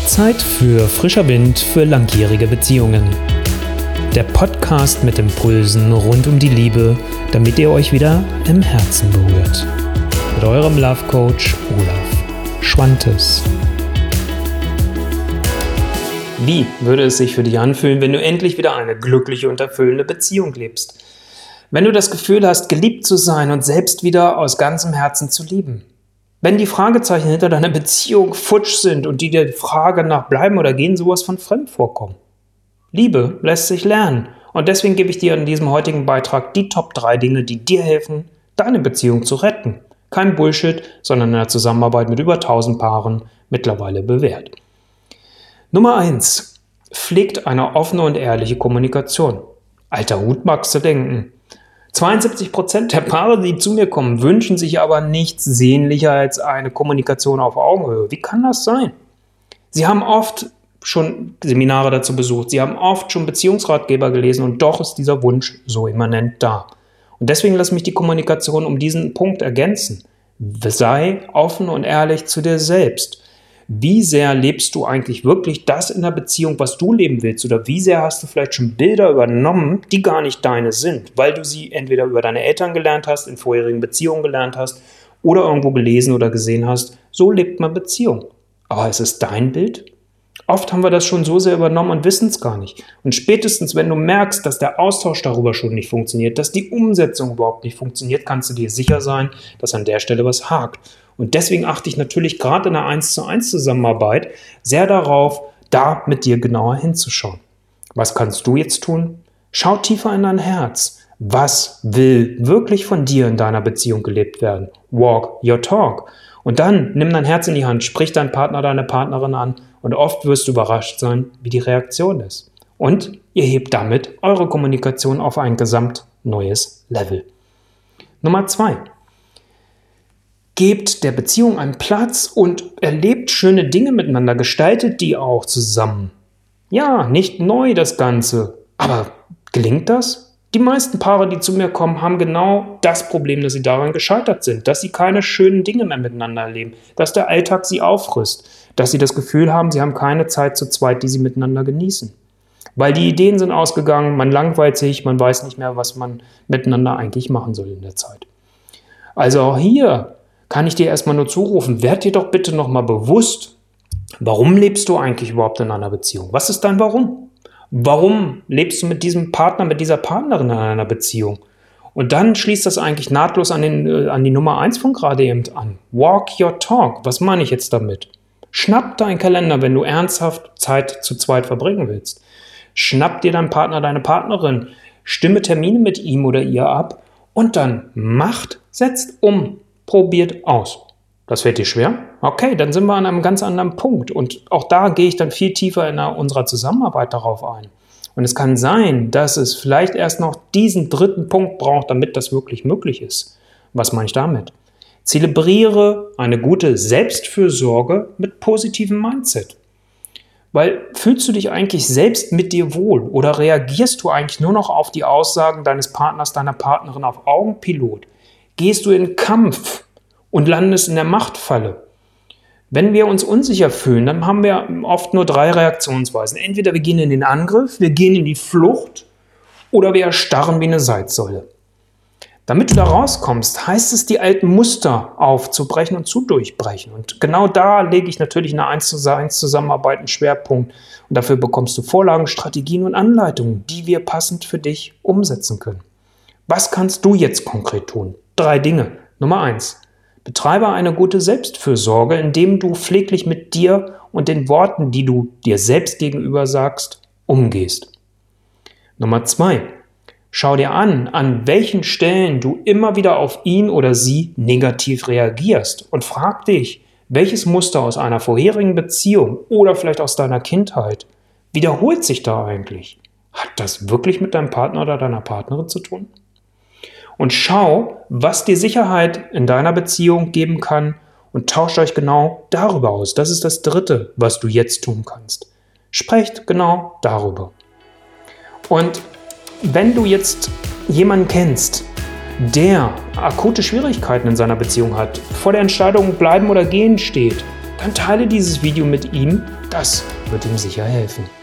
Zeit für frischer Wind für langjährige Beziehungen. Der Podcast mit Impulsen rund um die Liebe, damit ihr euch wieder im Herzen berührt. Mit eurem Love Coach Olaf Schwantes. Wie würde es sich für dich anfühlen, wenn du endlich wieder eine glückliche und erfüllende Beziehung lebst? Wenn du das Gefühl hast, geliebt zu sein und selbst wieder aus ganzem Herzen zu lieben? Wenn die Fragezeichen hinter deiner Beziehung futsch sind und die der Frage nach bleiben oder gehen sowas von fremd vorkommen. Liebe lässt sich lernen und deswegen gebe ich dir in diesem heutigen Beitrag die Top 3 Dinge, die dir helfen, deine Beziehung zu retten. Kein Bullshit, sondern in der Zusammenarbeit mit über 1000 Paaren mittlerweile bewährt. Nummer 1. Pflegt eine offene und ehrliche Kommunikation. Alter Hut, magst du denken. 72% der Paare, die zu mir kommen, wünschen sich aber nichts sehnlicher als eine Kommunikation auf Augenhöhe. Wie kann das sein? Sie haben oft schon Seminare dazu besucht, sie haben oft schon Beziehungsratgeber gelesen und doch ist dieser Wunsch so immanent da. Und deswegen lass mich die Kommunikation um diesen Punkt ergänzen. Sei offen und ehrlich zu dir selbst. Wie sehr lebst du eigentlich wirklich das in der Beziehung, was du leben willst? Oder wie sehr hast du vielleicht schon Bilder übernommen, die gar nicht deine sind, weil du sie entweder über deine Eltern gelernt hast, in vorherigen Beziehungen gelernt hast oder irgendwo gelesen oder gesehen hast. So lebt man Beziehung. Aber ist es dein Bild? Oft haben wir das schon so sehr übernommen und wissen es gar nicht. Und spätestens, wenn du merkst, dass der Austausch darüber schon nicht funktioniert, dass die Umsetzung überhaupt nicht funktioniert, kannst du dir sicher sein, dass an der Stelle was hakt. Und deswegen achte ich natürlich gerade in einer 1:1 Zusammenarbeit sehr darauf, da mit dir genauer hinzuschauen. Was kannst du jetzt tun? Schau tiefer in dein Herz. Was will wirklich von dir in deiner Beziehung gelebt werden? Walk your talk. Und dann nimm dein Herz in die Hand, sprich deinen Partner, deine Partnerin an und oft wirst du überrascht sein, wie die Reaktion ist. Und ihr hebt damit eure Kommunikation auf ein gesamt neues Level. Nummer 2. Gebt der Beziehung einen Platz und erlebt schöne Dinge miteinander, gestaltet die auch zusammen. Ja, nicht neu das Ganze, aber gelingt das? Die meisten Paare, die zu mir kommen, haben genau das Problem, dass sie daran gescheitert sind, dass sie keine schönen Dinge mehr miteinander erleben, dass der Alltag sie auffrisst, dass sie das Gefühl haben, sie haben keine Zeit zu zweit, die sie miteinander genießen. Weil die Ideen sind ausgegangen, man langweilt sich, man weiß nicht mehr, was man miteinander eigentlich machen soll in der Zeit. Also auch hier kann ich dir erstmal nur zurufen, werd dir doch bitte nochmal bewusst, warum lebst du eigentlich überhaupt in einer Beziehung? Was ist dein Warum? Warum lebst du mit diesem Partner, mit dieser Partnerin in einer Beziehung? Und dann schließt das eigentlich nahtlos an die Nummer 1 von gerade eben an. Walk your talk. Was meine ich jetzt damit? Schnapp deinen Kalender, wenn du ernsthaft Zeit zu zweit verbringen willst. Schnapp dir deinen Partner, deine Partnerin. Stimme Termine mit ihm oder ihr ab. Und dann macht, setzt um. Probiert aus. Das fällt dir schwer? Okay, dann sind wir an einem ganz anderen Punkt. Und auch da gehe ich dann viel tiefer in unserer Zusammenarbeit darauf ein. Und es kann sein, dass es vielleicht erst noch diesen 3. Punkt braucht, damit das wirklich möglich ist. Was meine ich damit? Zelebriere eine gute Selbstfürsorge mit positivem Mindset. Weil fühlst du dich eigentlich selbst mit dir wohl oder reagierst du eigentlich nur noch auf die Aussagen deines Partners, deiner Partnerin auf Augenpilot? Gehst du in Kampf und landest in der Machtfalle? Wenn wir uns unsicher fühlen, dann haben wir oft nur 3 Reaktionsweisen. Entweder wir gehen in den Angriff, wir gehen in die Flucht oder wir erstarren wie eine Salzsäule. Damit du da rauskommst, heißt es, die alten Muster aufzubrechen und zu durchbrechen. Und genau da lege ich natürlich in einer 1:1 Zusammenarbeit einen Schwerpunkt. Und dafür bekommst du Vorlagen, Strategien und Anleitungen, die wir passend für dich umsetzen können. Was kannst du jetzt konkret tun? 3 Dinge. Nummer 1. Betreibe eine gute Selbstfürsorge, indem du pfleglich mit dir und den Worten, die du dir selbst gegenüber sagst, umgehst. Nummer 2. Schau dir an welchen Stellen du immer wieder auf ihn oder sie negativ reagierst und frag dich, welches Muster aus einer vorherigen Beziehung oder vielleicht aus deiner Kindheit wiederholt sich da eigentlich? Hat das wirklich mit deinem Partner oder deiner Partnerin zu tun? Und schau, was dir Sicherheit in deiner Beziehung geben kann und tauscht euch genau darüber aus. Das ist das 3., was du jetzt tun kannst. Sprecht genau darüber. Und wenn du jetzt jemanden kennst, der akute Schwierigkeiten in seiner Beziehung hat, vor der Entscheidung bleiben oder gehen steht, dann teile dieses Video mit ihm, das wird ihm sicher helfen.